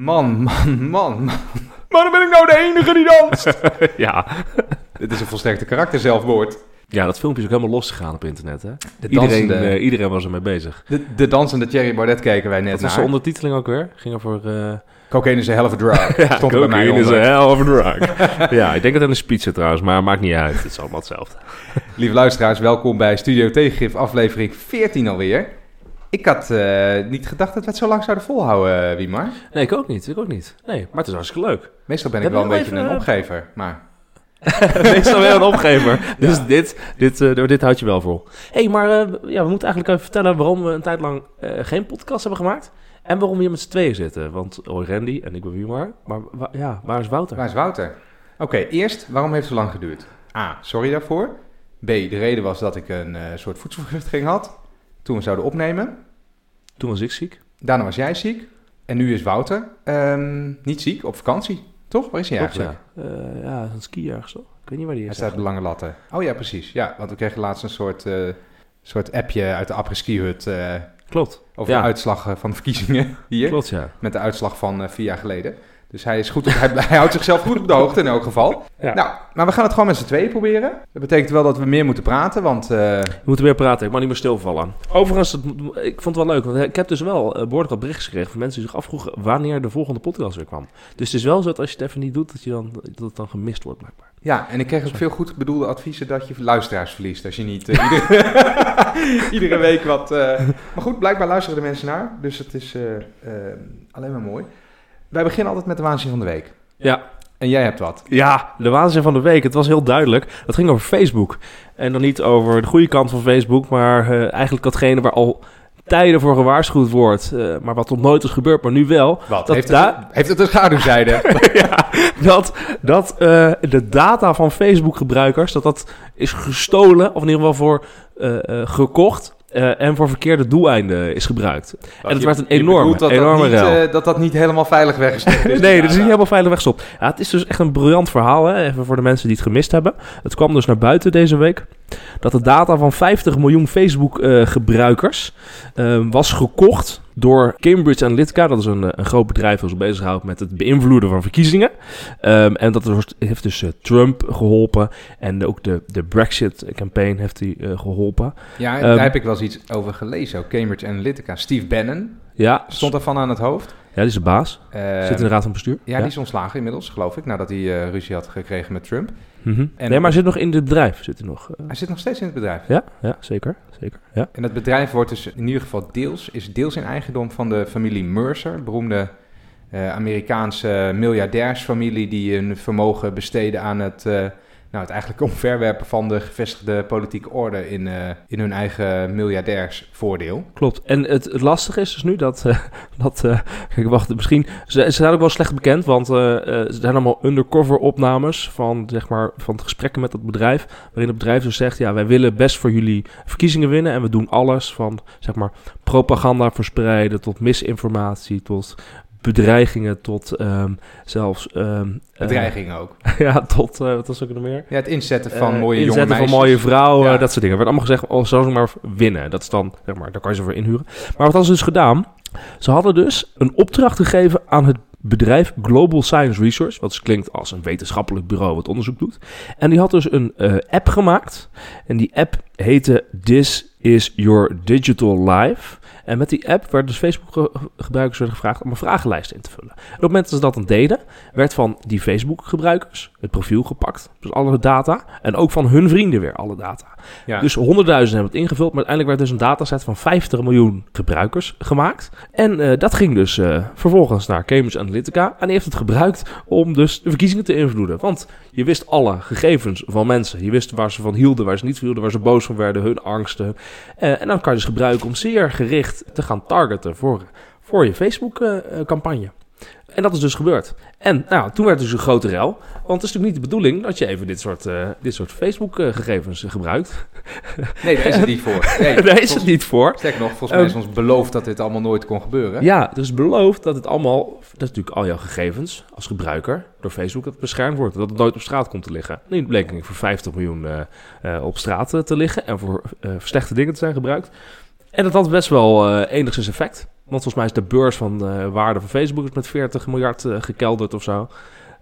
Man. Waarom ben ik nou de enige die danst? Ja. Dit is een volstrekte karakterzelfmoord. Ja, dat filmpje is ook helemaal losgegaan op internet, hè? Iedereen was ermee bezig. De dansende Thierry Baudet keken wij net Wat was de ondertiteling ook weer? Ging over... Cocaine is a hell of a drug. Ja, stond er bij mij cocaine is onder. a hell of a drug. Ja, ik denk dat het een speech zit trouwens, maar maakt niet uit. Het is allemaal hetzelfde. Lieve luisteraars, welkom bij Studio Tegengif, aflevering 14 alweer. Ik had niet gedacht dat we het zo lang zouden volhouden, Wiemar. Nee, ik ook niet. Nee, maar het is hartstikke leuk. Meestal ben ik wel een beetje een opgever, maar... Meestal wel een opgever. Dus ja. dit houdt je wel vol. Hé, maar we moeten eigenlijk even vertellen waarom we een tijd lang geen podcast hebben gemaakt. En waarom we hier met z'n tweeën zitten. Want Randy en ik ben Wiemar. Maar waar is Wouter? Waar is Wouter? Oké, eerst, waarom heeft het zo lang geduurd? A, sorry daarvoor. B, de reden was dat ik een soort voedselvergiftiging had. Toen we zouden opnemen. Toen was ik ziek. Daarna was jij ziek. En nu is Wouter niet ziek, op vakantie. Toch? Waar is hij eigenlijk? Ja, een ski ergens toch? Ik weet niet waar die is. Hij staat op de lange latten. Oh ja, precies. Ja, want we kregen laatst een soort appje uit de après-ski-hut. Klopt. Over de uitslag van de verkiezingen hier. Klopt, ja. Met de uitslag van 4 jaar geleden. Dus hij is goed hij houdt zichzelf goed op de hoogte in elk geval. Ja. Nou, maar we gaan het gewoon met z'n tweeën proberen. Dat betekent wel dat we meer moeten praten, want... We moeten meer praten, ik mag niet meer stilvallen. Overigens, ik vond het wel leuk, want ik heb dus wel behoorlijk wat berichtjes gekregen van mensen die zich afvroegen wanneer de volgende podcast weer kwam. Dus het is wel zo dat als je het even niet doet, dat het dan gemist wordt blijkbaar. Ja, en ik kreeg ook veel goed bedoelde adviezen dat je luisteraars verliest. Als je niet iedere week wat... Maar goed, blijkbaar luisteren de mensen naar. Dus het is alleen maar mooi. Wij beginnen altijd met de waanzin van de week. Ja. En jij hebt wat. Ja, de waanzin van de week. Het was heel duidelijk. Het ging over Facebook. En dan niet over de goede kant van Facebook, maar eigenlijk datgene waar al tijden voor gewaarschuwd wordt. Maar wat tot nooit is gebeurd, maar nu wel. Wat? Heeft het een schaduwzijde? Ja, dat de data van Facebook-gebruikers, dat is gestolen, of in ieder geval voor gekocht. En voor verkeerde doeleinden is gebruikt. En het werd een enorme rel. Dat niet helemaal veilig weggestopt is. Nee, dat is niet helemaal veilig weggestopt. Ja, het is dus echt een briljant verhaal, hè? Even voor de mensen die het gemist hebben. Het kwam dus naar buiten deze week. Dat de data van 50 miljoen Facebook-gebruikers was gekocht door Cambridge Analytica. Dat is een groot bedrijf dat zich bezighoudt met het beïnvloeden van verkiezingen. En dat heeft dus Trump geholpen. En ook de Brexit-campaign heeft hij geholpen. Ja, daar heb ik wel eens iets over gelezen. Ook Cambridge Analytica. Steve Bannon stond daarvan aan het hoofd. Ja, die is de baas. Zit in de raad van bestuur. Ja, die is ontslagen inmiddels, geloof ik. Nadat hij ruzie had gekregen met Trump. Mm-hmm. Nee, maar hij zit nog in het bedrijf. Hij zit nog steeds in het bedrijf? Ja, zeker. Ja. En het bedrijf wordt dus in ieder geval deels in eigendom van de familie Mercer. Beroemde Amerikaanse miljardairsfamilie die hun vermogen besteden aan het eigenlijk omverwerpen van de gevestigde politieke orde in hun eigen miljardairsvoordeel. Klopt. En het lastige is dus nu dat kijk, wacht, misschien... Ze zijn ook wel slecht bekend, want er zijn allemaal undercover opnames van gesprekken met dat bedrijf, waarin het bedrijf dus zegt, ja, wij willen best voor jullie verkiezingen winnen en we doen alles van, propaganda verspreiden tot misinformatie, tot bedreigingen, tot zelfs... bedreigingen ook. Ja, tot... wat was ook nog meer? Ja, het inzetten van mooie jonge meisjes. Inzetten van mooie vrouwen, dat soort dingen. Er werd allemaal gezegd, zou ze maar winnen. Dat is dan, daar kan je ze voor inhuren. Maar wat hadden ze dus gedaan? Ze hadden dus een opdracht gegeven aan het bedrijf Global Science Research, wat dus klinkt als een wetenschappelijk bureau wat onderzoek doet. En die had dus een app gemaakt. En die app heette This is Your Digital Life. En met die app werden dus Facebook-gebruikers gevraagd om een vragenlijst in te vullen. En op het moment dat ze dat dan deden, werd van die Facebook-gebruikers het profiel gepakt. Dus alle data. En ook van hun vrienden weer alle data. Ja. Dus 100.000 hebben het ingevuld. Maar uiteindelijk werd dus een dataset van 50 miljoen gebruikers gemaakt. En dat ging dus vervolgens naar Cambridge Analytica. En die heeft het gebruikt om dus de verkiezingen te invloeden. Want je wist alle gegevens van mensen. Je wist waar ze van hielden, waar ze niet van hielden, waar ze boos van werden, hun angsten. En dan kan je dus gebruiken om zeer gericht te gaan targeten voor je Facebook-campagne. En dat is dus gebeurd. En toen werd dus een grote rel. Want het is natuurlijk niet de bedoeling dat je even dit soort Facebook-gegevens gebruikt. Nee, daar is het niet voor. Nee, daar is het niet voor. Sterker nog, volgens mij is ons beloofd dat dit allemaal nooit kon gebeuren. Ja, dus beloofd dat het allemaal... Dat is natuurlijk al jouw gegevens als gebruiker door Facebook dat het beschermd wordt. Dat het nooit op straat komt te liggen. Nu bleek het voor 50 miljoen op straat te liggen. En voor slechte dingen te zijn gebruikt. En dat had best wel enigszins effect. Want volgens mij is de beurs van waarde van Facebook is met 40 miljard gekelderd of zo.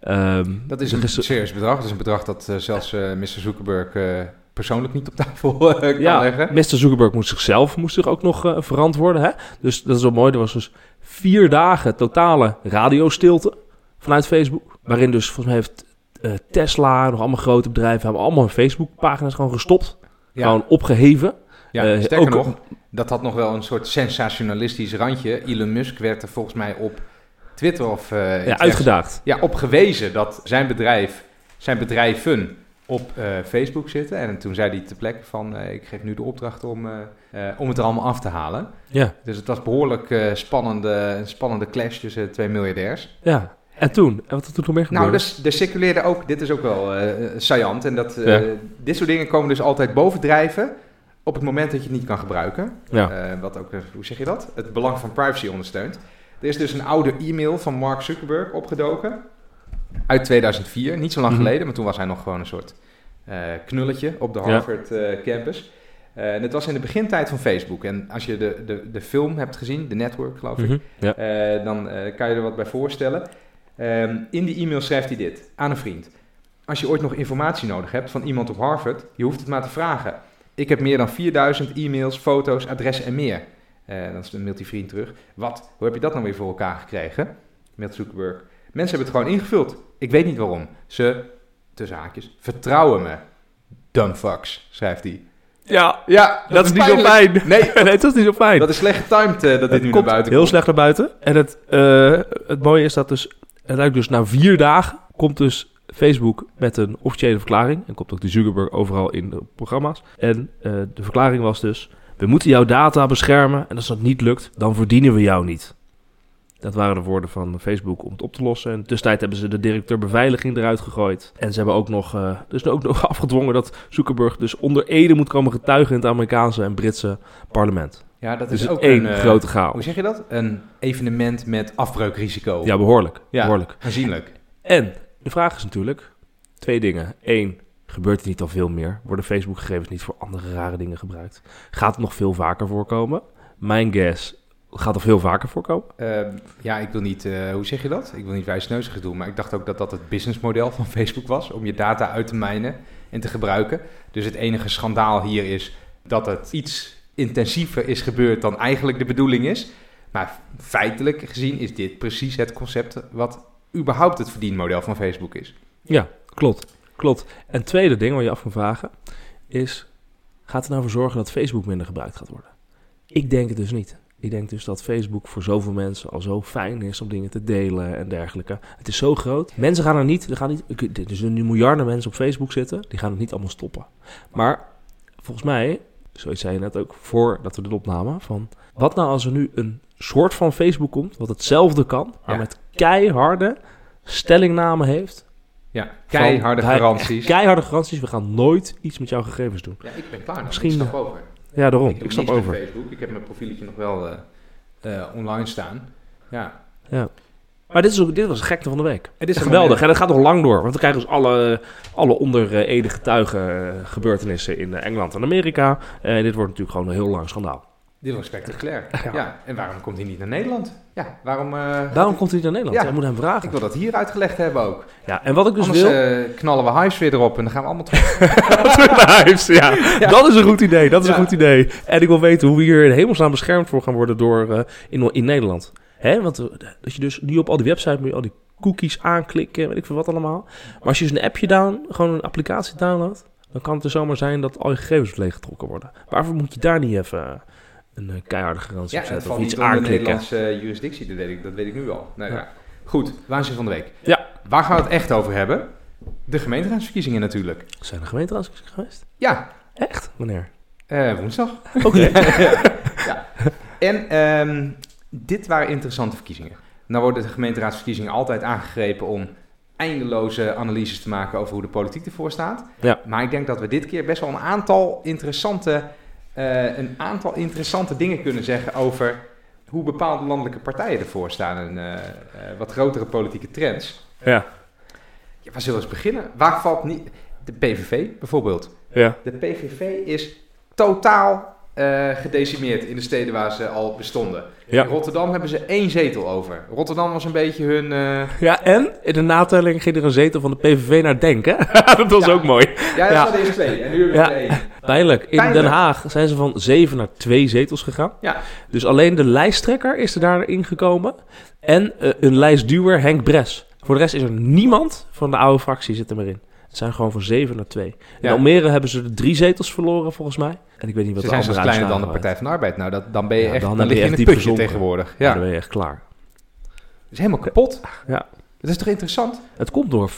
Dat is een serieus bedrag. Dat is een bedrag dat zelfs Mr. Zuckerberg persoonlijk niet op tafel kan leggen. Mr. Zuckerberg moest zich ook nog verantwoorden. Hè? Dus dat is wel mooi. Er was dus 4 dagen totale radiostilte vanuit Facebook. Waarin dus volgens mij heeft Tesla, nog allemaal grote bedrijven, hebben allemaal hun Facebook-pagina's gewoon gestopt. Ja. Gewoon opgeheven. Ja, sterker nog, dat had nog wel een soort sensationalistisch randje. Elon Musk werd er volgens mij op Twitter of uitgedaagd. Ja, op gewezen dat zijn bedrijven op Facebook zitten. En toen zei hij ter plekke van, ik geef nu de opdracht om het er allemaal af te halen. Ja. Dus het was behoorlijk een spannende clash tussen 2 miljardairs. Ja. En toen? En wat er toen meer gebeurde? Nou, dus er circuleerde ook, dit is ook wel saillant. En dat dit soort dingen komen dus altijd bovendrijven op het moment dat je het niet kan gebruiken. Ja. Wat ook, hoe zeg je dat? Het belang van privacy ondersteunt. Er is dus een oude e-mail van Mark Zuckerberg opgedoken. Uit 2004, niet zo lang geleden. Maar toen was hij nog gewoon een soort knulletje op de Harvard campus. En het was in de begintijd van Facebook. En als je de film hebt gezien, The Network geloof ik. Dan kan je er wat bij voorstellen. In die e-mail schrijft hij dit aan een vriend. Als je ooit nog informatie nodig hebt van iemand op Harvard, je hoeft het maar te vragen. Ik heb meer dan 4000 e-mails, foto's, adressen en meer. Dan mailt die vriend terug. Wat? Hoe heb je dat nou weer voor elkaar gekregen? Mailt Zuckerberg. Mensen hebben het gewoon ingevuld. Ik weet niet waarom. Ze, tussen haakjes, vertrouwen me. Dumb fucks, schrijft hij. Ja, dat is niet zo fijn. Nee, dat is niet zo fijn. Dat is slecht getimed dat dit nu naar buiten komt. Heel slecht naar buiten. En het mooie is dat dus, na 4 dagen komt dus Facebook met een officiële verklaring. En komt ook de Zuckerberg overal in de programma's. En de verklaring was dus, we moeten jouw data beschermen. En als dat niet lukt, dan verdienen we jou niet. Dat waren de woorden van Facebook om het op te lossen. En tussentijd hebben ze de directeur beveiliging eruit gegooid. En ze hebben ook nog afgedwongen dat Zuckerberg dus onder ede moet komen getuigen in het Amerikaanse en Britse parlement. Ja, dat dus is ook één grote chaos. Hoe zeg je dat? Een evenement met afbreukrisico. Ja, behoorlijk. Ja, behoorlijk. Aanzienlijk. En de vraag is natuurlijk 2 dingen. 1, gebeurt er niet al veel meer? Worden Facebook-gegevens niet voor andere rare dingen gebruikt? Gaat het nog veel vaker voorkomen? Mijn guess, gaat er veel vaker voorkomen? Ik wil niet, hoe zeg je dat? Ik wil niet wijsneuzig doen, maar ik dacht ook dat dat het businessmodel van Facebook was, om je data uit te mijnen en te gebruiken. Dus het enige schandaal hier is dat het iets intensiever is gebeurd dan eigenlijk de bedoeling is. Maar feitelijk gezien is dit precies het concept wat überhaupt het verdienmodel van Facebook is. Ja, klopt. En tweede ding waar je af kan vragen is, gaat er nou voor zorgen dat Facebook minder gebruikt gaat worden? Ik denk het dus niet. Ik denk dus dat Facebook voor zoveel mensen al zo fijn is om dingen te delen en dergelijke. Het is zo groot. Mensen gaan er niet, er zullen nu miljarden mensen op Facebook zitten, die gaan het niet allemaal stoppen. Maar volgens mij, zoals zei je net ook voordat we dit opnamen, van wat nou als er nu een soort van Facebook komt, wat hetzelfde kan, maar met keiharde stellingnamen heeft. Ja, keiharde garanties. Keiharde garanties, we gaan nooit iets met jouw gegevens doen. Ja, ik ben klaar. Misschien ik stap over. Ja, daarom. Ik stap over. Facebook. Ik heb mijn profieletje nog wel online staan. Ja. Maar dit was de gekte van de week. Het is geweldig. En dat gaat nog lang door. Want we krijgen dus alle onder ede getuigen gebeurtenissen in Engeland en Amerika. En dit wordt natuurlijk gewoon een heel lang schandaal. Dit was spectaculair. Ja. En waarom komt hij niet naar Nederland? Ja, waarom komt hij niet naar Nederland? Ja. Jij moet hem vragen. Ik wil dat hier uitgelegd hebben ook. Ja, en wat ik dus anders knallen we Hives weer erop en dan gaan we allemaal terug. Terug naar Hives, ja. Dat is een goed idee. Een goed idee. En ik wil weten hoe we hier in hemelsnaam beschermd voor gaan worden door in Nederland. Hè? Want dat je dus nu op al die websites moet je al die cookies aanklikken, weet ik veel wat allemaal. Maar als je dus een appje gewoon een applicatie downloadt, dan kan het er zomaar zijn dat al je gegevens leeggetrokken worden. Waarvoor moet je daar niet even een keiharde garantie op zetten of iets aanklikken? Ja, het valt niet onder de Nederlandse jurisdictie, dat weet ik nu al. Nou, ja. Goed, waanzin van de week. Ja. Waar gaan we het echt over hebben? De gemeenteraadsverkiezingen natuurlijk. Zijn er gemeenteraadsverkiezingen geweest? Ja. Echt? Wanneer? Woensdag. Oké. Ja. En dit waren interessante verkiezingen. Nou worden de gemeenteraadsverkiezingen altijd aangegrepen om eindeloze analyses te maken over hoe de politiek ervoor staat. Ja. Maar ik denk dat we dit keer best wel een aantal interessante dingen kunnen zeggen over hoe bepaalde landelijke partijen ervoor staan en wat grotere politieke trends. Ja. Ja, waar zullen we eens beginnen? Waar valt niet... De PVV bijvoorbeeld. Ja. De PVV is totaal gedecimeerd in de steden waar ze al bestonden. Ja. In Rotterdam hebben ze 1 zetel over. Rotterdam was een beetje hun... Ja, en in de natelling ging er een zetel van de PVV naar Denk, hè? Dat was ook mooi. Ja, dat hadden eerst 2 en nu hebben we 1. Pijnlijk. In Den Haag zijn ze van 7 naar 2 zetels gegaan. Ja. Dus alleen de lijsttrekker is er daarin gekomen. En een lijstduwer, Henk Bres. Voor de rest is er niemand van de oude fractie zit er meer in. Het zijn gewoon van 7 naar 2. In Almere hebben ze 3 zetels verloren, volgens mij. En ik weet niet wat ze de zijn andere kleiner dan de Partij van de Arbeid. Nou, dan ben je echt... Dan lig je in het putje tegenwoordig. Ja, dan ben je echt klaar. Het is helemaal kapot. Ja. Het is toch interessant? Het komt door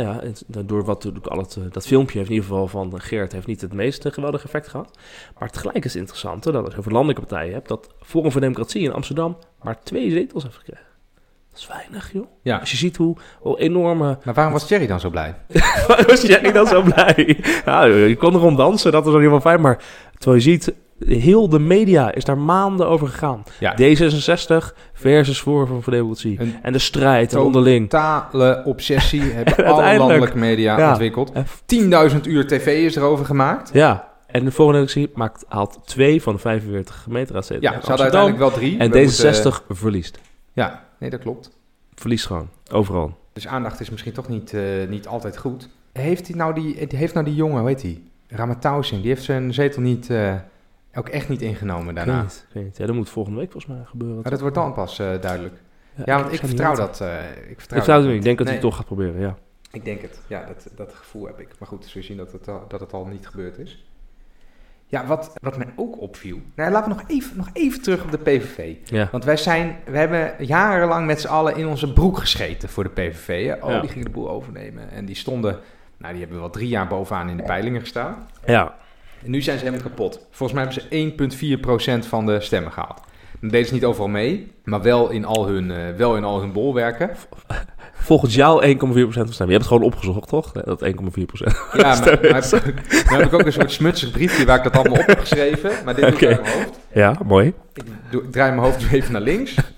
wat dat filmpje heeft in ieder geval van Geert heeft niet het meest geweldige effect gehad. Maar tegelijk is het interessante dat als je over landelijke partijen hebt, dat Forum voor Democratie in Amsterdam maar 2 zetels heeft gekregen. Dat is weinig, joh. Ja. Als je ziet hoe enorme... Maar waarom was Thierry dan zo blij? Waarom was Thierry dan zo blij? Ja, je kon erom dansen, dat was in ieder geval fijn. Maar terwijl je ziet, heel de media is daar maanden over gegaan. Ja. D66 versus Forum voor Democratie. En de strijd en onderling. Totale obsessie hebben alle landelijke media ontwikkeld. 10.000 uur tv is erover gemaakt. Ja. En de Forum voor Democratie haalt 2 van de 45 gemeenteraadzetels. Ja, ze hadden uiteindelijk wel 3. En D66 verliest. Ja, nee, dat klopt. Verliest gewoon, overal. Dus aandacht is misschien toch niet altijd goed. Heeft nou die jongen, hoe heet die? Ramatausen, die heeft zijn zetel niet, ook echt niet ingenomen daarna. Ik weet niet. Ja, dat moet volgende week volgens mij gebeuren. Maar dat wordt dan pas duidelijk. Ja, want ik vertrouw dat. Ik vertrouw het niet. Ik denk dat hij het toch gaat proberen, ja. Ik denk het. Ja, dat gevoel heb ik. Maar goed, zul je zien dat het al niet gebeurd is. Ja, wat mij ook opviel... Nou, laten we nog even terug op de PVV. Ja. Want we hebben jarenlang met z'n allen in onze broek gescheten voor de PVV. Hè? Oh, die gingen de boel overnemen. En die stonden... Nou, die hebben wel 3 jaar bovenaan in de peilingen gestaan. Ja. En nu zijn ze helemaal kapot. Volgens mij hebben ze 1,4% van de stemmen gehaald. Dan deden ze niet overal mee, maar wel in al hun bolwerken. Volgens jou 1,4% van stemmen. Je hebt het gewoon opgezocht, toch? Dat 1,4%. Ja, maar heb ik ook een soort smutsig briefje waar ik dat allemaal op heb geschreven. Maar dit doe ik uit mijn hoofd. Ja, mooi. Ik draai mijn hoofd nu even naar links. 1,4%.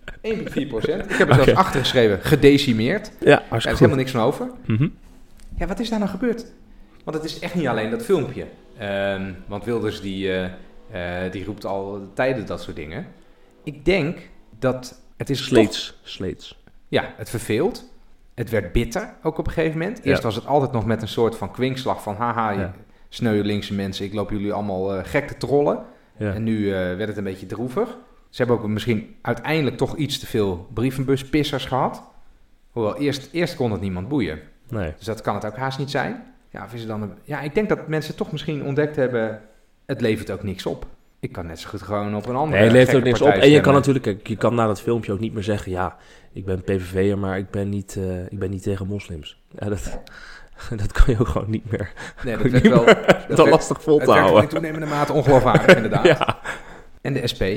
Ik heb er zelfs achter geschreven, gedecimeerd. Ja, er is helemaal niks van over. Mm-hmm. Ja, wat is daar nou gebeurd? Want het is echt niet alleen dat filmpje. Want Wilders die roept al tijden dat soort dingen. Ik denk dat het is... Sleets. Ja, het verveelt. Het werd bitter, ook op een gegeven moment. Eerst was het altijd nog met een soort van kwinkslag van... haha, sneuwe linkse mensen, ik loop jullie allemaal gek te trollen. Ja. En nu werd het een beetje droevig. Ze hebben ook misschien uiteindelijk toch iets te veel brievenbuspissers gehad. Hoewel, eerst kon het niemand boeien. Nee. Dus dat kan het ook haast niet zijn. Ja, of is het dan ik denk dat mensen toch misschien ontdekt hebben... het levert ook niks op. Ik kan net zo goed gewoon op een andere... Nee, het levert ook niks op. En je kan natuurlijk... Je kan na dat filmpje ook niet meer zeggen... ja, ik ben PVV'er, maar ik ben niet tegen moslims. Ja, dat kan je ook gewoon niet meer... Nee, dat werd wel... Dat is lastig vol te houden. Het werd in toenemende mate ongeloofwaardig, inderdaad. Ja. En de SP?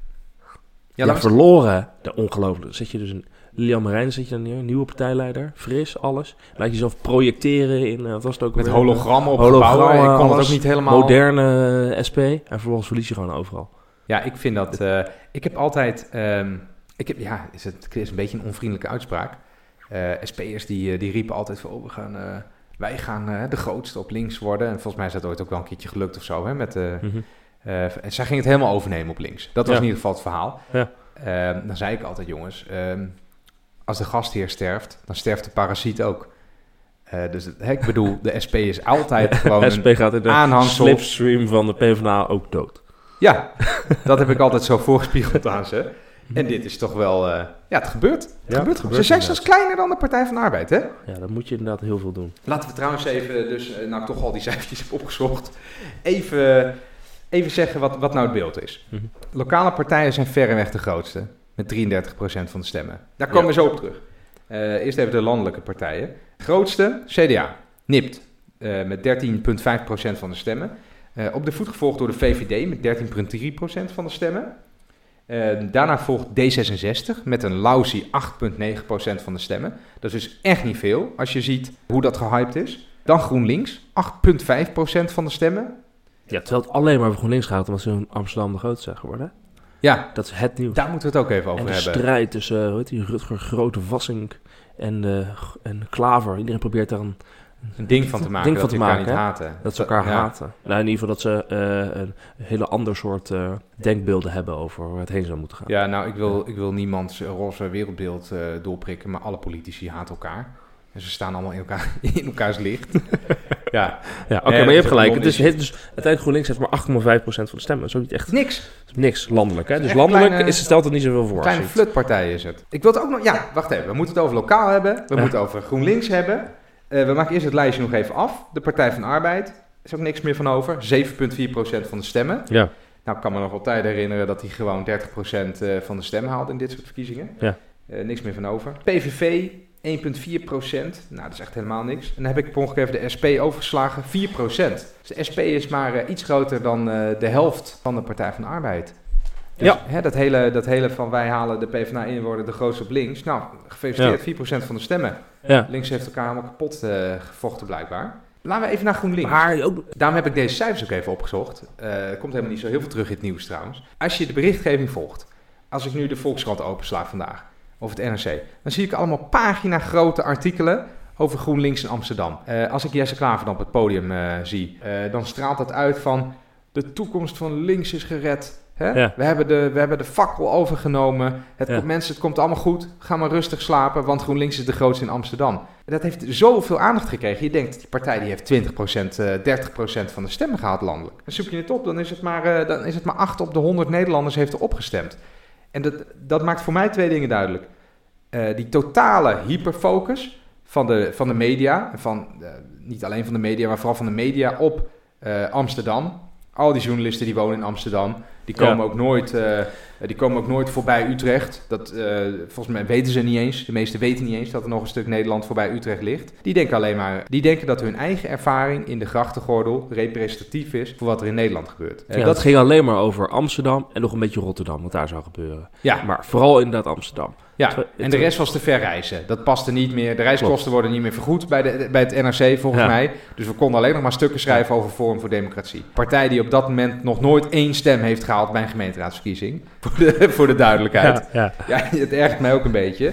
Ja, verloren. Ongelooflijk. Zit je dus Lilian Marijnen zit je dan neer, nieuwe partijleider, fris, alles. Laat jezelf projecteren in, wat was het ook? Met hologrammen op gebouwen, ik kon het ook niet helemaal... Moderne SP, en vervolgens verlies je gewoon overal. Ja, ik vind dat... ik heb altijd... het is een beetje een onvriendelijke uitspraak. SP'ers die riepen altijd van, wij gaan de grootste op links worden. En volgens mij is dat ooit ook wel een keertje gelukt of zo, hè, met... en zij ging het helemaal overnemen op links. Dat was in ieder geval het verhaal. Ja. Dan zei ik altijd, jongens, als de gastheer sterft, dan sterft de parasiet ook. Dus ik bedoel, de SP is altijd gewoon de SP gaat in de aanhangsel. Slipstream van de PvdA ook dood. Ja, dat heb ik altijd zo voorgespiegeld aan ze. En dit is toch wel... het gebeurt. Ze zijn zelfs kleiner dan de Partij van de Arbeid, hè? Ja, dan moet je inderdaad heel veel doen. Laten we trouwens even, dus nou ik toch al die cijfertjes heb opgezocht, even zeggen wat nou het beeld is. Mm-hmm. Lokale partijen zijn verreweg de grootste, met 33% van de stemmen. Daar komen we zo op terug. Eerst even de landelijke partijen. Grootste, CDA, nipt, met 13,5% van de stemmen. Op de voet gevolgd door de VVD met 13,3% van de stemmen. Daarna volgt D66 met een lousy 8,9% van de stemmen. Dat is dus echt niet veel als je ziet hoe dat gehyped is. Dan GroenLinks, 8,5% van de stemmen. Ja, terwijl het alleen maar over GroenLinks gaat, omdat ze in Amsterdam de grootste zijn geworden. Ja, dat is het nieuws. Daar moeten we het ook even over hebben. En de strijd tussen Rutger Grote-Wassink en Klaver. Iedereen probeert daar een een ding van te maken dat ze elkaar niet haten. Dat ze elkaar haten. Nou, in ieder geval dat ze een hele ander soort denkbeelden hebben over waar het heen zou moeten gaan. Ja, nou, ik wil niemands roze wereldbeeld doorprikken, maar alle politici haten elkaar. En ze staan allemaal in elkaars licht. Ja, oké, maar je hebt gelijk. Dus uiteindelijk GroenLinks heeft maar 8,5% van de stemmen. Dat is ook niet echt... Niks landelijk, hè? Dus landelijk stelt het niet zoveel voor. Een kleine flutpartij is het. Ik wil het ook nog... Ja, wacht even. We moeten het over lokaal hebben. We moeten het over GroenLinks hebben. We maken eerst het lijstje nog even af. De Partij van de Arbeid. Er is ook niks meer van over. 7,4% van de stemmen. Ja. Nou, ik kan me nog wel tijden herinneren dat hij gewoon 30% van de stemmen haalde in dit soort verkiezingen. Ja. Niks meer van over. PVV... 1,4%. Nou, dat is echt helemaal niks. En dan heb ik per ongeveer even de SP overgeslagen, 4%. Dus de SP is maar iets groter dan de helft van de Partij van de Arbeid. Dus, dat hele van wij halen de PvdA in, worden de grootste op links. Nou, gefeliciteerd, 4% van de stemmen. Ja. Links heeft elkaar helemaal kapot gevochten blijkbaar. Laten we even naar GroenLinks. Daarom heb ik deze cijfers ook even opgezocht. Er komt helemaal niet zo heel veel terug in het nieuws trouwens. Als je de berichtgeving volgt, als ik nu de Volkskrant opensla vandaag... of het NRC, dan zie ik allemaal pagina-grote artikelen over GroenLinks in Amsterdam. Als ik Jesse Klaver dan op het podium zie, dan straalt dat uit van... de toekomst van links is gered. Hè? Ja. We hebben de fakkel overgenomen. Het komt allemaal goed. Ga maar rustig slapen, want GroenLinks is de grootste in Amsterdam. Dat heeft zoveel aandacht gekregen. Je denkt, die partij die heeft 20%, 30% van de stemmen gehaald landelijk. Dan zoek je het op, dan is het maar 8 op de 100 Nederlanders heeft erop gestemd. En dat maakt voor mij 2 dingen duidelijk. Die totale hyperfocus van de media, niet alleen van de media, maar vooral van de media op Amsterdam. Al die journalisten die wonen in Amsterdam, die komen ook nooit voorbij Utrecht. Volgens mij weten ze niet eens, de meesten weten niet eens dat er nog een stuk Nederland voorbij Utrecht ligt. Die denken dat hun eigen ervaring in de grachtengordel representatief is voor wat er in Nederland gebeurt. Dat ging alleen maar over Amsterdam en nog een beetje Rotterdam, wat daar zou gebeuren. Ja. Maar vooral inderdaad Amsterdam. Ja, en de rest was te ver reizen. Dat paste niet meer. De reiskosten worden niet meer vergoed bij het NRC volgens mij. Dus we konden alleen nog maar stukken schrijven over Forum voor Democratie. Partij die op dat moment nog nooit 1 stem heeft gehaald bij een gemeenteraadsverkiezing. Voor de duidelijkheid. Ja, het ergert mij ook een beetje.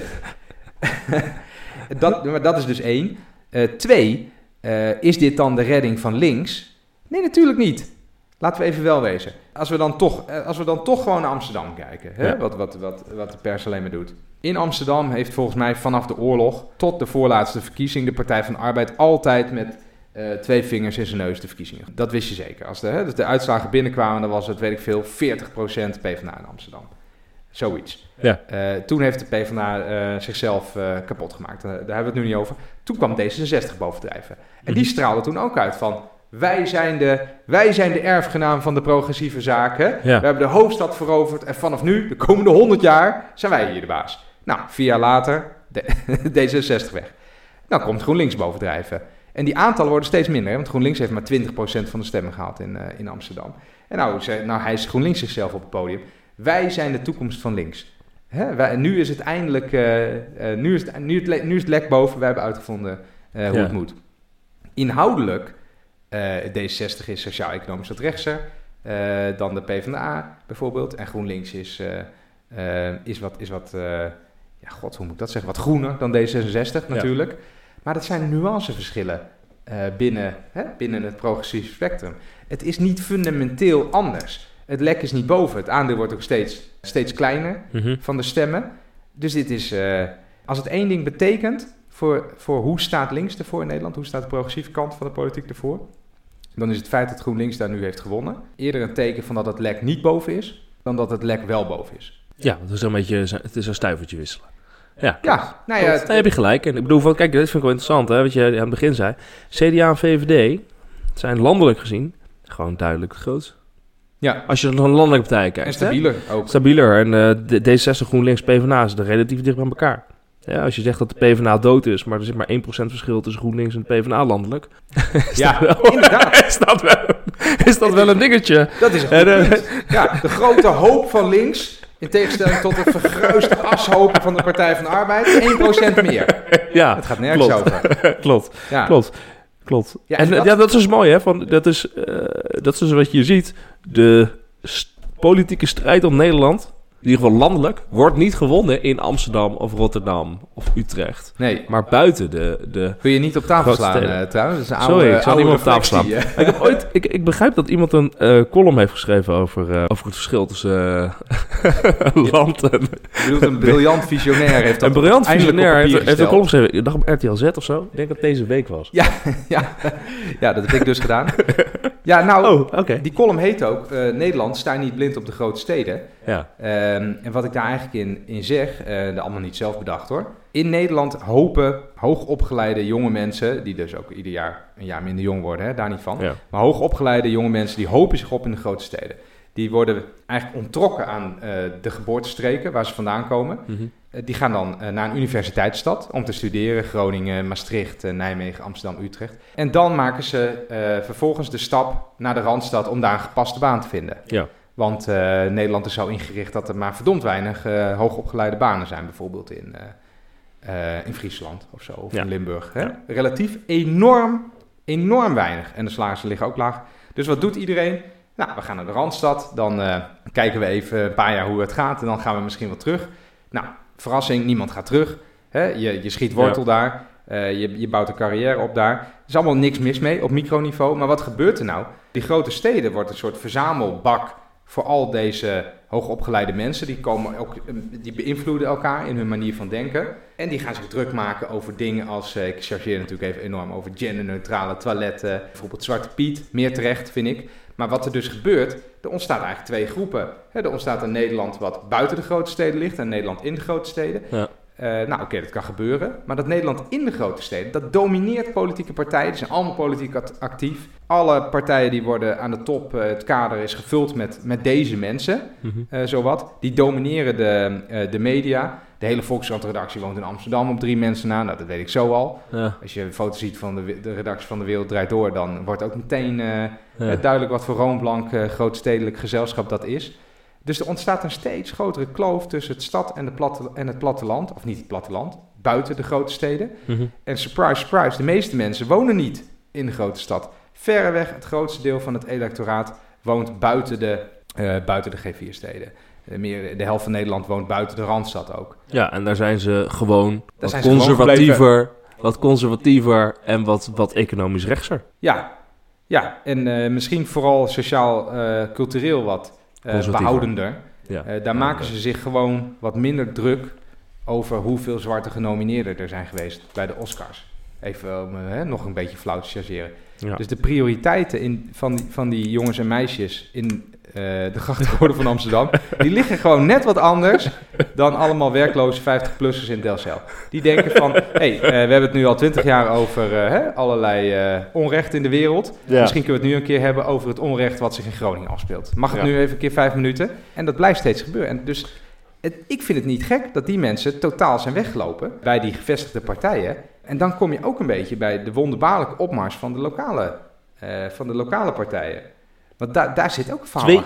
Maar dat is dus 1. 2, is dit dan de redding van links? Nee, natuurlijk niet. Laten we even wel wezen. Als we dan toch gewoon naar Amsterdam kijken. Hè? Wat de pers alleen maar doet. In Amsterdam heeft volgens mij vanaf de oorlog tot de voorlaatste verkiezing de Partij van de Arbeid altijd met 2 vingers in zijn neus de verkiezingen. Dat wist je zeker. Als de uitslagen binnenkwamen, dan was het, weet ik veel, 40% PvdA in Amsterdam. Zoiets. Ja. Toen heeft de PvdA zichzelf kapot gemaakt. Daar hebben we het nu niet over. Toen kwam D66 bovendrijven. En die straalde toen ook uit van... Wij zijn de erfgenaam van de progressieve zaken. Ja. We hebben de hoofdstad veroverd. En vanaf nu, de komende 100 jaar, zijn wij hier de baas. Nou, 4 jaar later, D66 weg. Dan komt GroenLinks bovendrijven. En die aantallen worden steeds minder. Hè? Want GroenLinks heeft maar 20% van de stemmen gehaald in Amsterdam. En nou hijst GroenLinks zichzelf op het podium. Wij zijn de toekomst van links. Hè? Nu is het eindelijk... nu is het lek boven. Wij hebben uitgevonden hoe het moet. Inhoudelijk... D66 is sociaal-economisch wat rechtser dan de PvdA bijvoorbeeld. En GroenLinks is wat hoe moet ik dat zeggen? Wat groener dan D66 natuurlijk. Ja. Maar dat zijn nuanceverschillen binnen het progressieve spectrum. Het is niet fundamenteel anders. Het lek is niet boven. Het aandeel wordt ook steeds kleiner van de stemmen. Dus dit is, als het 1 ding betekent voor hoe staat links ervoor in Nederland, hoe staat de progressieve kant van de politiek ervoor, dan is het feit dat GroenLinks daar nu heeft gewonnen eerder een teken van dat het lek niet boven is, dan dat het lek wel boven is. Ja, het is een stuivertje wisselen. Ja, nou ja, daar heb je gelijk. En ik bedoel, kijk, dit vind ik wel interessant, hè, wat je aan het begin zei. CDA en VVD zijn landelijk gezien gewoon duidelijk het grootste. Ja. Als je naar een landelijke partij kijkt. En stabieler ook. Stabieler. En D66, GroenLinks, PvdA is relatief dicht bij elkaar. Ja, als je zegt dat de PvdA dood is, maar er zit maar 1% verschil tussen GroenLinks en de PvdA landelijk. Inderdaad. Is dat wel een dingetje? Dat is een goed punt. Ja, de grote hoop van links, in tegenstelling tot de vergruiste ashopen van de Partij van de Arbeid, 1% meer. Ja, het gaat nergens over. Klopt. Ja, en dat is dus mooi, hè? Dat is dus wat je ziet. De politieke strijd om Nederland in ieder geval landelijk, wordt niet gewonnen in Amsterdam of Rotterdam of Utrecht. Nee. Maar buiten de Kun je niet op tafel grootste slaan trouwens? Dat is een Sorry, oude, ik zal niet meer op tafel slaan. reflectie, Ik begrijp dat iemand een column heeft geschreven over het verschil tussen land en... Je bedoelt een briljant visionair heeft dat Een briljant visionair heeft een column gesteld. geschreven. Ik dacht op RTL Z of zo. Ik denk dat het deze week was. Ja, dat heb ik dus gedaan. Ja, nou, oké. die column heet ook Nederland, sta niet blind op de grote steden. Ja. En wat ik daar eigenlijk in zeg, allemaal niet zelf bedacht hoor. In Nederland hopen hoogopgeleide jonge mensen, die dus ook ieder jaar een jaar minder jong worden, hè, daar niet van. Ja. Maar hoogopgeleide jonge mensen, die hopen zich op in de grote steden. Die worden eigenlijk onttrokken aan de geboortestreken waar ze vandaan komen. Mm-hmm. Die gaan dan naar een universiteitsstad om te studeren. Groningen, Maastricht, Nijmegen, Amsterdam, Utrecht. En dan maken ze vervolgens de stap naar de Randstad om daar een gepaste baan te vinden. Ja. Want Nederland is zo ingericht dat er maar verdomd weinig hoogopgeleide banen zijn. Bijvoorbeeld in Friesland of zo, of in Limburg. Hè? Ja. Relatief enorm weinig. En de salarissen liggen ook laag. Dus wat doet iedereen? Nou, we gaan naar de Randstad. Dan kijken we even een paar jaar hoe het gaat. En dan gaan we misschien wel terug. Nou, verrassing, niemand gaat terug. Hè? Je schiet wortel daar. Je bouwt een carrière op daar. Er is allemaal niks mis mee op microniveau. Maar wat gebeurt er nou? Die grote steden wordt een soort verzamelbak voor al deze hoogopgeleide mensen. Die beïnvloeden elkaar in hun manier van denken. En die gaan zich druk maken over dingen als... ik chargeer natuurlijk even enorm over genderneutrale toiletten. Bijvoorbeeld Zwarte Piet. Meer terecht, vind ik. Maar wat er dus gebeurt, er ontstaan eigenlijk twee groepen. Er ontstaat een Nederland wat buiten de grote steden ligt en Nederland in de grote steden. Ja. Dat kan gebeuren. Maar dat Nederland in de grote steden, dat domineert politieke partijen. Die zijn allemaal politiek actief. Alle partijen die worden aan de top, het kader is gevuld met deze mensen, zowat. Die domineren de media. De hele Volkskrant-redactie woont in Amsterdam op 3 mensen na. Nou, dat weet ik zo al. Ja. Als je een foto ziet van de redactie van De Wereld Draait Door, dan wordt ook meteen duidelijk wat voor room-blank grootstedelijk gezelschap dat is. Dus er ontstaat een steeds grotere kloof tussen het stad en het platteland. Of niet het platteland, buiten de grote steden. Mm-hmm. En surprise, surprise, de meeste mensen wonen niet in de grote stad. Verreweg het grootste deel van het electoraat woont buiten de G4-steden. Meer de helft van Nederland woont buiten de Randstad ook. Ja, en daar zijn ze gewoon wat conservatiever en wat economisch rechtser. Ja, en misschien vooral sociaal-cultureel wat behoudender. Ja. Daar maken ze zich gewoon wat minder druk over hoeveel zwarte genomineerden er zijn geweest bij de Oscars. Even om nog een beetje flauw te chargeren. Ja. Dus de prioriteiten van die jongens en meisjes in de grachtengordel van Amsterdam, die liggen gewoon net wat anders dan allemaal werkloze 50-plussers in Delfzijl. Die denken van, we hebben het nu al 20 jaar over allerlei onrecht in de wereld. Ja. Misschien kunnen we het nu een keer hebben over het onrecht wat zich in Groningen afspeelt. Mag het nu even een keer 5 minuten? En dat blijft steeds gebeuren. En dus ik vind het niet gek dat die mensen totaal zijn weggelopen bij die gevestigde partijen. En dan kom je ook een beetje bij de wonderbaarlijke opmars van de lokale partijen. Want daar zit ook een verhaal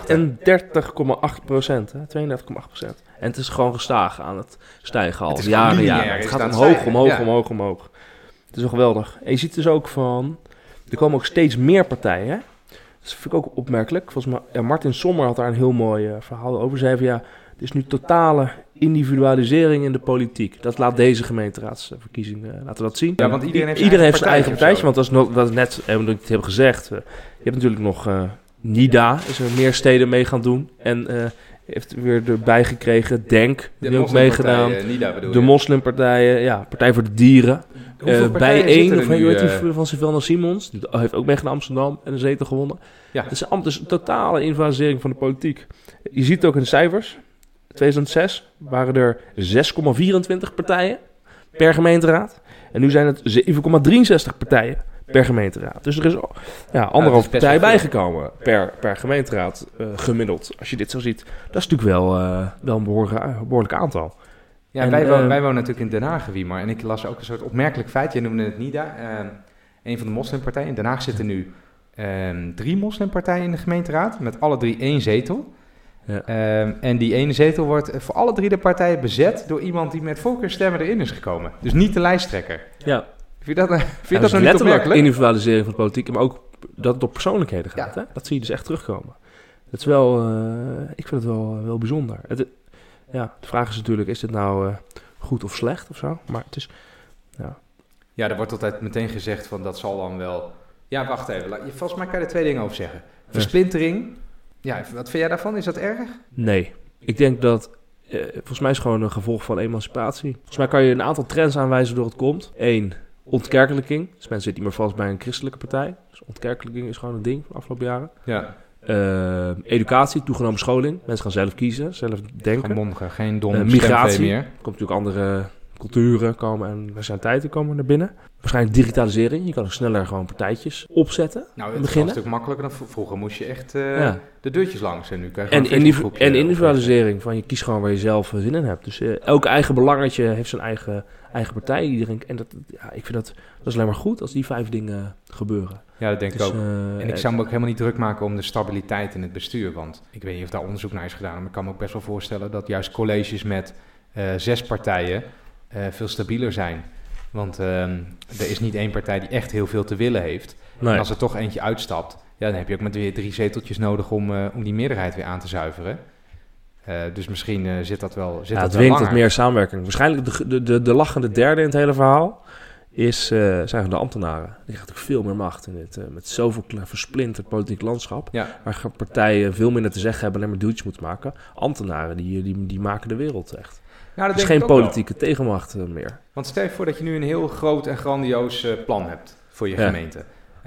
32,8%. 32,8%. En het is gewoon gestaag aan het stijgen al. Jaren. Het gaat omhoog. Het is wel geweldig. En je ziet dus ook er komen ook steeds meer partijen. Hè? Dat vind ik ook opmerkelijk. Volgens mij, Martin Sommer had daar een heel mooi verhaal over. Zei van het is nu totale individualisering in de politiek. Dat laat deze gemeenteraadsverkiezingen laten dat zien. Ja, want iedereen heeft zijn eigen partijtje. Want dat is net, wat ik heb gezegd. Je hebt natuurlijk nog NIDA, is er meer steden mee gaan doen. En heeft weer erbij gekregen. DENK, die ook meegedaan. De moslimpartijen, Partij voor de Dieren. Bijeen, of weet je van Sylvana Simons. Die heeft ook meegedaan in Amsterdam en een zetel gewonnen. Ja. Het is dus een totale invasering van de politiek. Je ziet het ook in de cijfers. 2006 waren er 6,24 partijen per gemeenteraad. En nu zijn het 7,63 partijen per gemeenteraad. Dus er is anderhalf partij bijgekomen per gemeenteraad gemiddeld. Als je dit zo ziet. Dat is natuurlijk wel een behoorlijk aantal. Ja, en wij wonen natuurlijk in Den Haag, Wiemar. En ik las ook een soort opmerkelijk feit. Je noemde het NIDA. Een van de moslimpartijen. In Den Haag zitten nu 3 moslimpartijen in de gemeenteraad. Met alle 3 1 zetel. Ja. En die ene zetel wordt voor alle 3 de partijen bezet door iemand die met voorkeurstemmen erin is gekomen. Dus niet de lijsttrekker. Ja. Vind je dat nou niet opmerkelijk? Individualisering van de politiek, maar ook dat het op persoonlijkheden gaat. Ja. Hè? Dat zie je dus echt terugkomen. Dat is wel, ik vind het wel bijzonder. Ja, de vraag is natuurlijk, is dit nou goed of slecht of zo? Maar het is... Ja, er wordt altijd meteen gezegd van dat zal dan wel... Ja, wacht even. Volgens mij kan je er 2 dingen over zeggen. Versplintering. Ja, wat vind jij daarvan? Is dat erg? Nee. Ik denk dat... volgens mij is het gewoon een gevolg van emancipatie. Volgens mij kan je een aantal trends aanwijzen door het komt. 1, ontkerkelijking. Dus mensen zitten niet meer vast bij een christelijke partij. Dus ontkerkelijking is gewoon een ding van de afgelopen jaren. Ja. Educatie, toegenomen scholing. Mensen gaan zelf kiezen, zelf denken. Gaan mondigen, geen dom migratie. meer. Er komt natuurlijk andere culturen komen en nationaliteiten komen naar binnen. Waarschijnlijk digitalisering. Je kan ook sneller gewoon partijtjes opzetten. Nou, het is een stuk makkelijker dan vroeger. Moest je echt de deurtjes langs. En nu kan je en individualisering. Van je kiest gewoon waar je zelf zin in hebt. Dus elk eigen belangetje heeft zijn eigen partij. Iedereen, en ik vind dat is alleen maar goed als die 5 dingen gebeuren. Ja, dat denk ik ook. En ik zou me ook helemaal niet druk maken om de stabiliteit in het bestuur. Want ik weet niet of daar onderzoek naar is gedaan. Maar ik kan me ook best wel voorstellen dat juist colleges met 6 partijen veel stabieler zijn. Want er is niet 1 partij die echt heel veel te willen heeft. Nee. En als er toch eentje uitstapt, dan heb je ook maar weer 3 zeteltjes nodig om die meerderheid weer aan te zuiveren. Dus misschien zit dat wel het dwingt tot meer samenwerking. Waarschijnlijk de lachende derde in het hele verhaal zijn de ambtenaren. Die krijgen ook veel meer macht in dit met zoveel versplinterd politiek landschap. Ja. Waar partijen veel minder te zeggen hebben, alleen maar duwtjes moeten maken. Ambtenaren die maken de wereld echt. Nou, dat is geen politieke tegenmacht meer. Want stel je voor dat je nu een heel groot en grandioos plan hebt voor je gemeente.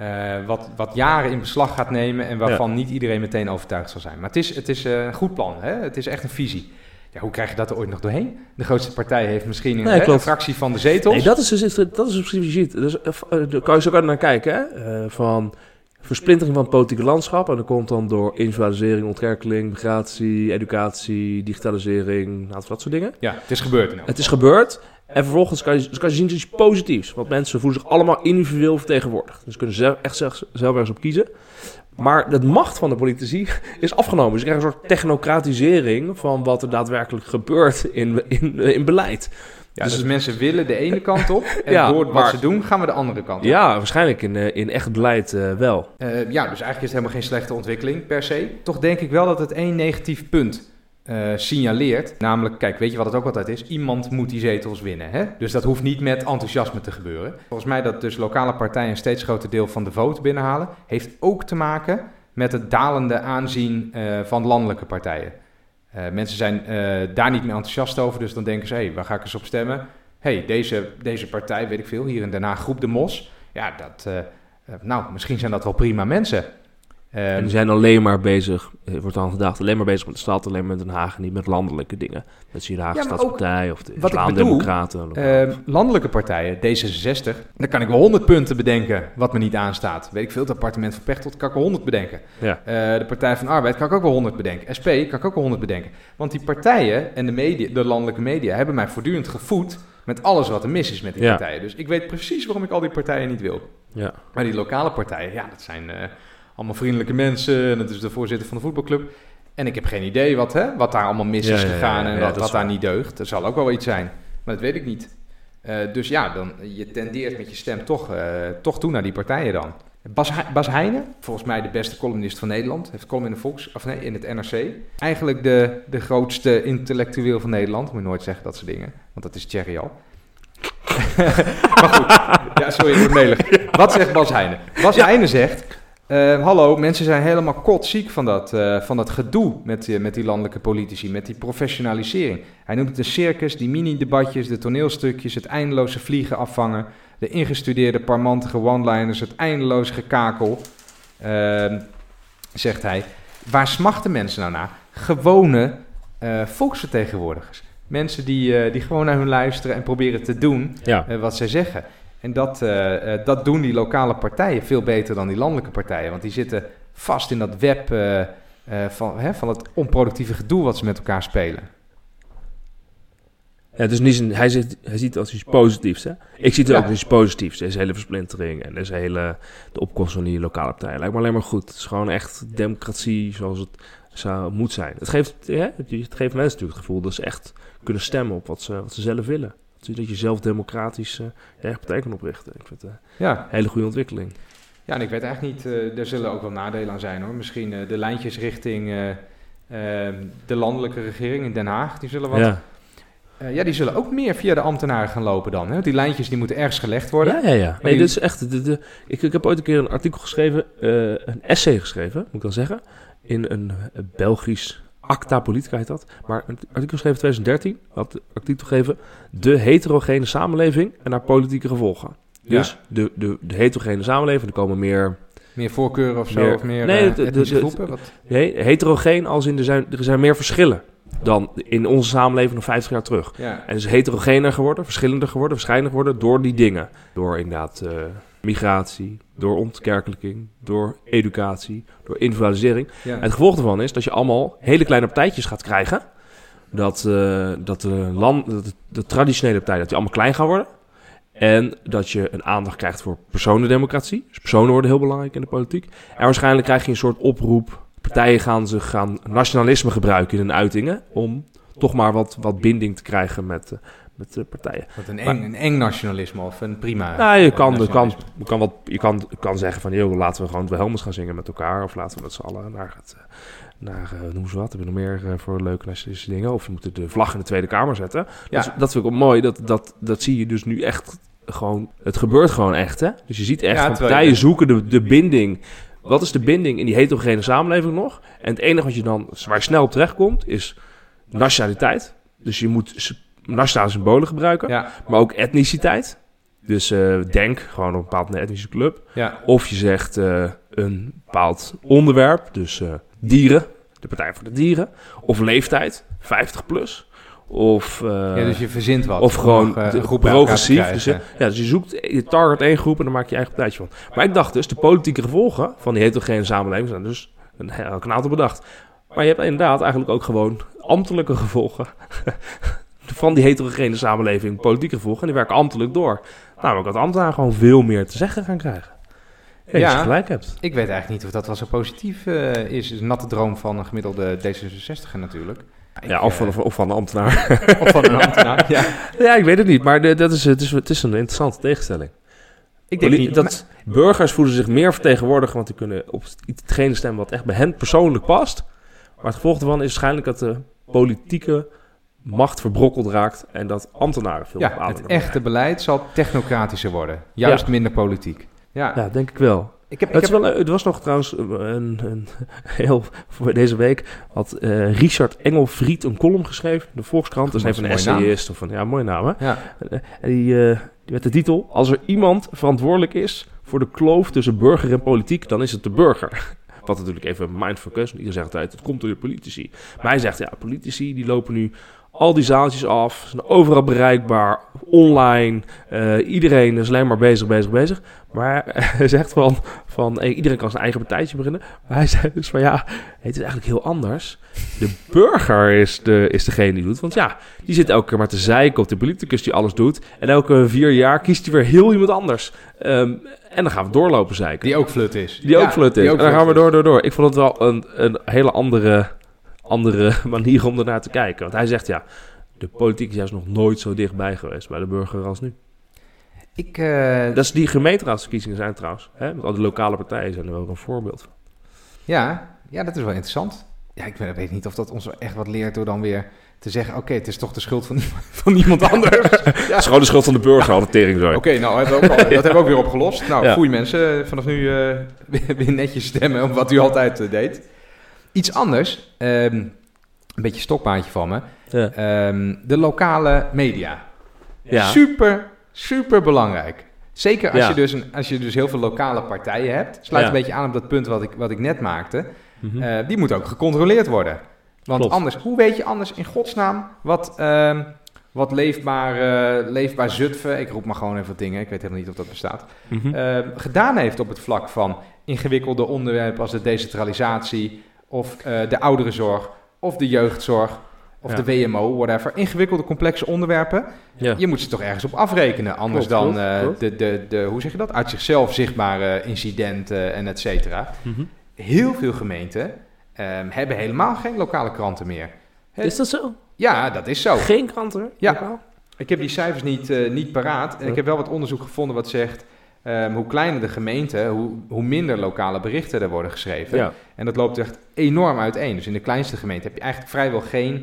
Wat jaren in beslag gaat nemen en waarvan niet iedereen meteen overtuigd zal zijn. Maar het is een goed plan, hè? Het is echt een visie. Ja, hoe krijg je dat er ooit nog doorheen? De grootste partij heeft misschien een fractie van de zetels. Nee, dat is precies wat je ziet. Dus, daar kan je zo naar kijken, hè? Van versplintering van het politieke landschap. En dat komt dan door individualisering, ontkerkeling, migratie, educatie, digitalisering, dat soort dingen. Ja, het is gebeurd. Het is gebeurd. En vervolgens kan je zien iets positiefs. Want mensen voelen zich allemaal individueel vertegenwoordigd. Dus kunnen ze echt zelf ergens op kiezen. Maar de macht van de politici is afgenomen. Dus je krijgt een soort technocratisering van wat er daadwerkelijk gebeurt in beleid. Ja, dus mensen willen de ene kant op en door wat ze doen gaan we de andere kant op. Ja, waarschijnlijk in echt beleid wel. Dus eigenlijk is het helemaal geen slechte ontwikkeling per se. Toch denk ik wel dat het 1 negatief punt signaleert. Namelijk, kijk, weet je wat het ook altijd is? Iemand moet die zetels winnen. Hè? Dus dat hoeft niet met enthousiasme te gebeuren. Volgens mij dat dus lokale partijen een steeds groter deel van de vote binnenhalen, heeft ook te maken met het dalende aanzien van landelijke partijen. Mensen zijn daar niet meer enthousiast over, dus dan denken ze, waar ga ik eens op stemmen? Deze partij, weet ik veel, hier in Den Haag, Groep de Mos. Ja, misschien zijn dat wel prima mensen. En die zijn alleen maar bezig, wordt dan gedacht, alleen maar bezig met de stad, alleen met Den Haag en niet met landelijke dingen. Dat zie je de Haagse Stadspartij of de Islamdemocraten. Landelijke partijen, D66, daar kan ik wel 100 punten bedenken wat me niet aanstaat. Weet ik veel, het appartement van Pechtold kan ik wel 100 bedenken. Ja. De Partij van de Arbeid kan ik ook wel 100 bedenken. SP kan ik ook wel 100 bedenken. Want die partijen en de landelijke media hebben mij voortdurend gevoed met alles wat er mis is met die partijen. Dus ik weet precies waarom ik al die partijen niet wil. Ja. Maar die lokale partijen, dat zijn allemaal vriendelijke mensen. En dat is de voorzitter van de voetbalclub. En ik heb geen idee wat daar allemaal mis is gegaan en wat daar niet deugt. Er zal ook wel iets zijn, maar dat weet ik niet. Dus dan je tendeert met je stem toch toe naar die partijen dan. Bas Heijnen, volgens mij de beste columnist van Nederland, heeft column in het NRC. Eigenlijk de grootste intellectueel van Nederland. Moet je nooit zeggen dat soort dingen, want dat is Thierry al. Maar goed, sorry, ik word melig. Wat zegt Bas Heijnen? Bas Heijnen zegt, hallo, mensen zijn helemaal kotziek van dat gedoe met die landelijke politici, met die professionalisering. Hij noemt het een circus, die mini-debatjes, de toneelstukjes, het eindeloze vliegen afvangen, de ingestudeerde parmantige one-liners, het eindeloze gekakel, zegt hij. Waar smachten mensen nou naar? Gewone volksvertegenwoordigers. Mensen die gewoon naar hun luisteren en proberen te doen wat zij zeggen. En dat doen die lokale partijen veel beter dan die landelijke partijen. Want die zitten vast in dat web van het onproductieve gedoe wat ze met elkaar spelen. Ja, dus hij ziet het als iets positiefs. Hè? Ik zie het ook als iets positiefs. Deze hele versplintering en de opkomst van die lokale partijen. Lijkt me alleen maar goed. Het is gewoon echt democratie zoals het moet zijn. Het geeft mensen natuurlijk het gevoel dat ze echt kunnen stemmen op wat ze zelf willen. Dat je zelf democratisch eigen partij kan oprichten. Ik vind het een hele goede ontwikkeling. Ja, en ik weet eigenlijk niet, er zullen ook wel nadelen aan zijn hoor. Misschien de lijntjes richting De landelijke regering in Den Haag, die zullen wat... die zullen ook meer via de ambtenaren gaan lopen dan. Hè? Die lijntjes die moeten ergens gelegd worden. Ja. Nee, dit is echt... Ik heb ooit een keer een artikel geschreven, een essay geschreven, moet ik dan zeggen, in een Belgisch Acta Politica heet dat. Maar een artikel geschreven in 2013, had de artikel gegeven, de heterogene samenleving en haar politieke gevolgen. Dus de heterogene samenleving, er komen meer voorkeuren of zo, of meer etnische groepen? Wat? Nee, heterogeen als in er zijn meer verschillen dan in onze samenleving nog 50 jaar terug. Ja. En het is heterogener geworden, verschillender geworden, verschijnender geworden door die dingen. Door inderdaad migratie, door ontkerkelijking, door educatie, door individualisering. Ja. En het gevolg daarvan is dat je allemaal hele kleine partijtjes gaat krijgen. Dat de traditionele partijen dat die allemaal klein gaan worden. En dat je een aandacht krijgt voor personendemocratie. Dus personen worden heel belangrijk in de politiek. En waarschijnlijk krijg je een soort oproep. Partijen gaan nationalisme gebruiken in hun uitingen. Om toch maar wat binding te krijgen met de partijen. Wat een eng nationalisme of een prima... Nou, je kan zeggen van... Joh, laten we gewoon de Wilhelmus gaan zingen met elkaar. Of laten we met z'n allen noem ze wat. Heb je nog meer voor leuke nationalistische dingen? Of we moeten de vlag in de Tweede Kamer zetten. Ja. Dat vind ik wel mooi. Dat zie je dus nu echt gewoon... Het gebeurt gewoon echt, hè? Dus je ziet echt van partijen zoeken de binding... Wat is de binding in die heterogene samenleving nog? En het enige wat je dan, waar je snel op terechtkomt, is nationaliteit. Dus je moet nationale symbolen gebruiken, maar ook etniciteit. Dus denk gewoon een bepaald etnische club. Ja. Of je zegt een bepaald onderwerp, dus dieren, de Partij voor de Dieren. Of leeftijd, 50 plus. Of, dus je verzint wat. Of gewoon progressief. Dus je target één groep en dan maak je je eigen partijtje van. Maar ik dacht dus, de politieke gevolgen van die heterogene samenleving zijn dus een aantal bedacht. Maar je hebt inderdaad eigenlijk ook gewoon ambtelijke gevolgen van die heterogene samenleving, politieke gevolgen. En die werken ambtelijk door. Namelijk dat ambtenaren gewoon veel meer te zeggen gaan krijgen. Als je gelijk hebt. Ik weet eigenlijk niet of dat wel zo positief is. Het is een natte droom van een gemiddelde D66 natuurlijk. Of van een ambtenaar. Of van een ambtenaar, Ja, ik weet het niet. Maar het is een interessante tegenstelling. Ik denk niet dat burgers voelen zich meer vertegenwoordigd, want die kunnen op hetgene stemmen wat echt bij hen persoonlijk past. Maar het gevolg daarvan is waarschijnlijk dat de politieke macht verbrokkeld raakt en dat ambtenaren veel bepalen. Het echte beleid zal technocratischer worden. Juist minder politiek. Ja, denk ik wel. Het was nog trouwens een heel... Voor deze week had Richard Engelfried een column geschreven in de Volkskrant. Dat is even een essayist. Mooie naam, hè? Ja. En die met de titel... Als er iemand verantwoordelijk is voor de kloof tussen burger en politiek, dan is het de burger. Wat natuurlijk even mindfuck is. Iedereen zegt altijd, het komt door de politici. Maar hij zegt, politici die lopen nu al die zaaltjes af, zijn overal bereikbaar, online. Iedereen is alleen maar bezig. Maar hij zegt van iedereen kan zijn eigen partijtje beginnen. Maar hij zegt dus van het is eigenlijk heel anders. De burger is degene die doet. Want die zit elke keer maar te zeiken op de politicus die alles doet. En elke 4 jaar kiest hij weer heel iemand anders. En dan gaan we doorlopen zeiken. Die ook flut is. En dan gaan we door. Ik vond het wel een hele andere manier om ernaar te kijken. Want hij zegt, de politiek is juist nog nooit zo dichtbij geweest bij de burger als nu. Dat is die gemeenteraadsverkiezingen zijn trouwens. Hè? Met al die lokale partijen zijn er ook een voorbeeld van. Ja, dat is wel interessant. Ja, ik weet niet of dat ons echt wat leert door dan weer te zeggen... Oké, het is toch de schuld van iemand anders. Het is gewoon de schuld van de burger, al de tering zo. Oké, nou, dat hebben we ook weer opgelost. Nou, goeie mensen, vanaf nu weer netjes stemmen om wat u altijd deed. Iets anders, een beetje stokpaardje van me. Ja. De lokale media. Ja. Super belangrijk. Zeker als je dus heel veel lokale partijen hebt. Sluit een beetje aan op dat punt wat ik net maakte. Mm-hmm. Die moet ook gecontroleerd worden. Want anders, hoe weet je anders in godsnaam wat leefbaar Zutphen, ik roep maar gewoon even wat dingen, ik weet helemaal niet of dat bestaat, gedaan heeft op het vlak van ingewikkelde onderwerpen als de decentralisatie of de ouderenzorg of de jeugdzorg of de WMO, whatever. Ingewikkelde, complexe onderwerpen. Ja. Je moet ze toch ergens op afrekenen. Anders dan de hoe zeg je dat? Uit zichzelf zichtbare incidenten en et cetera. Mm-hmm. Heel veel gemeenten hebben helemaal geen lokale kranten meer. Is dat zo? Ja, dat is zo. Geen kranten? Ja. Lokaal? Ik heb die cijfers niet paraat. En ik heb wel wat onderzoek gevonden wat zegt... hoe kleiner de gemeente, hoe minder lokale berichten er worden geschreven. Ja. En dat loopt echt enorm uiteen. Dus in de kleinste gemeente heb je eigenlijk vrijwel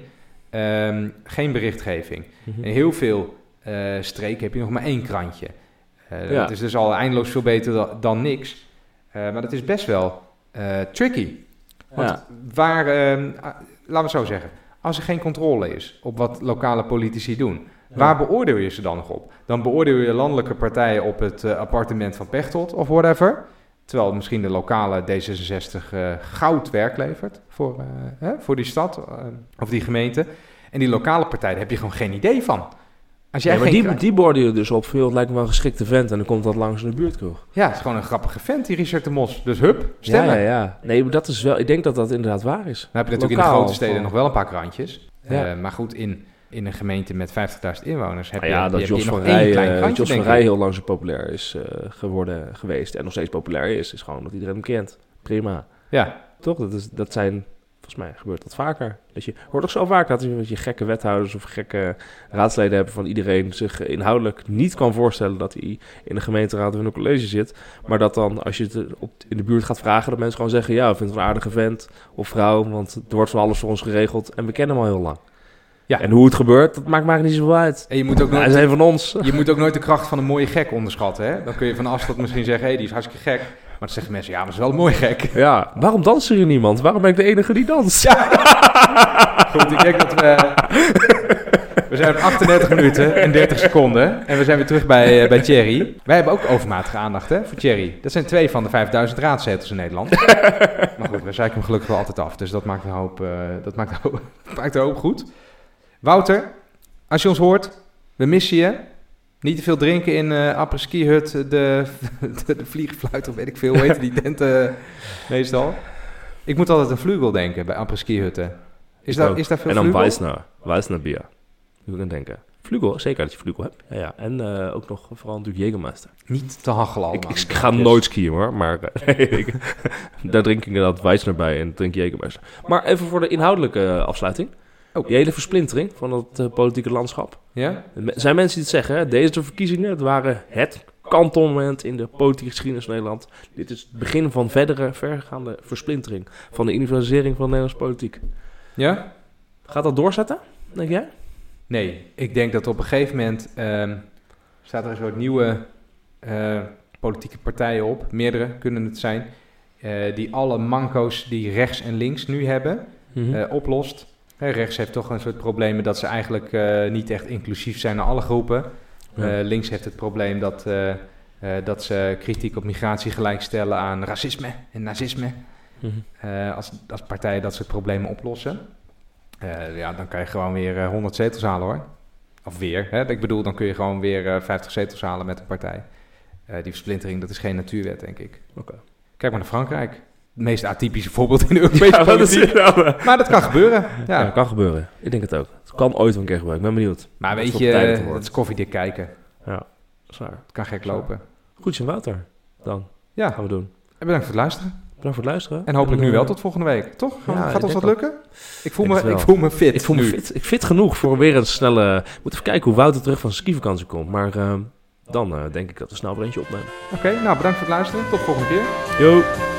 geen berichtgeving. Mhm. In heel veel streken heb je nog maar 1 krantje. Dat is dus al eindeloos veel beter dan niks. Maar dat is best wel tricky. Want laten we het zo zeggen, als er geen controle is op wat lokale politici doen, waar beoordeel je ze dan nog op? Dan beoordeel je landelijke partijen op het appartement van Pechtold of whatever. Terwijl misschien de lokale D66 goud werk levert voor die stad of die gemeente. En die lokale partij, daar heb je gewoon geen idee van. Als jij maar die beoordeel je dus op, het lijkt me wel een geschikte vent en dan komt dat langs in de buurtkroeg. Ja, het is gewoon een grappige vent, die Richard de Mos. Dus stemmen. Ja. Nee, maar dat is wel, ik denk dat dat inderdaad waar is. Dan heb je natuurlijk in de grote steden nog wel een paar krantjes. Ja. Maar goed, in een gemeente met 50.000 inwoners heb je dat Jos van Rij heel lang zo populair is geweest en nog steeds populair is gewoon dat iedereen hem kent. Prima. Ja. Toch? Dat zijn, volgens mij gebeurt dat vaker. Je hoort toch zo vaak dat je gekke wethouders of gekke raadsleden hebt van iedereen zich inhoudelijk niet kan voorstellen dat hij in de gemeenteraad of in een college zit. Maar dat dan, als je het in de buurt gaat vragen, dat mensen gewoon zeggen, ja, ik vind het een aardige vent of vrouw, want er wordt van alles voor ons geregeld en we kennen hem al heel lang. Ja. En hoe het gebeurt, dat maakt niet zoveel uit. En je moet ook nooit, hij is een van ons. Je moet ook nooit de kracht van een mooie gek onderschatten. Hè? Dan kun je van afstand misschien zeggen, die is hartstikke gek. Maar dan zeggen mensen, ja, maar het is wel een mooi gek. Ja, waarom danst er hier niemand? Waarom ben ik de enige die danst? Ja. Goed, ik denk dat we zijn op 38 minuten en 30 seconden. En we zijn weer terug bij Thierry. Wij hebben ook overmatige aandacht voor Thierry. Dat zijn 2 van de 5000 raadzetels in Nederland. Maar goed, we zeiken hem gelukkig wel altijd af. Dus dat maakt een hoop goed. Wouter, als je ons hoort, we missen je. Niet te veel drinken in apres-ski-hut, de vliegfluit of weet ik veel, hoe heet die tenten meestal. Ik moet altijd aan Vlugel denken bij apres-ski-hutten. Is daar veel Vlugel? En dan Weissner bier. Moet ik aan denken. Vlugel, zeker dat je Vlugel hebt. Ja. En ook nog vooral natuurlijk Jägermeister. Niet te hachelen allemaal. Ik ga nooit skiën hoor, maar daar drink ik inderdaad Weissner bij en drink Jägermeister. Maar even voor de inhoudelijke afsluiting. Die hele versplintering van het politieke landschap. Ja? Er zijn mensen die het zeggen, hè? Deze verkiezingen het waren het kantonmoment in de politieke geschiedenis van Nederland. Dit is het begin van vergaande versplintering van de individualisering van de Nederlandse politiek. Ja? Gaat dat doorzetten, denk jij? Nee, ik denk dat op een gegeven moment staat er een soort nieuwe politieke partijen op. Meerdere kunnen het zijn. Die alle manco's die rechts en links nu hebben oplost. Rechts heeft toch een soort problemen dat ze eigenlijk niet echt inclusief zijn naar alle groepen. Ja. Links heeft het probleem dat ze kritiek op migratie gelijkstellen aan racisme en nazisme. Als partijen dat soort problemen oplossen. Dan kan je gewoon weer 100 zetels halen hoor. Of weer. Hè? Ik bedoel, dan kun je gewoon weer 50 zetels halen met een partij. Die versplintering, dat is geen natuurwet, denk ik. Okay. Kijk maar naar Frankrijk. Het meest atypische voorbeeld in de Europese politiek. Maar dat kan gebeuren. Ja, dat kan gebeuren. Ik denk het ook. Het kan ooit een keer gebeuren. Ik ben benieuwd. Maar weet je, het is koffiedik kijken. Ja, dat is waar. Het kan gek lopen. Goed, Wouter. Dan gaan we doen. En bedankt voor het luisteren. Bedankt voor het luisteren. En hopelijk nu wel tot volgende week. Toch? Gaat ons dat lukken? Ik voel me fit. Ik fit genoeg voor weer een snelle... Ik moet even kijken hoe Wouter terug van zijn skivakantie komt. Maar dan denk ik dat we snel weer eentje opnemen. Oké, nou bedankt voor het luisteren. Tot volgende keer. Yo.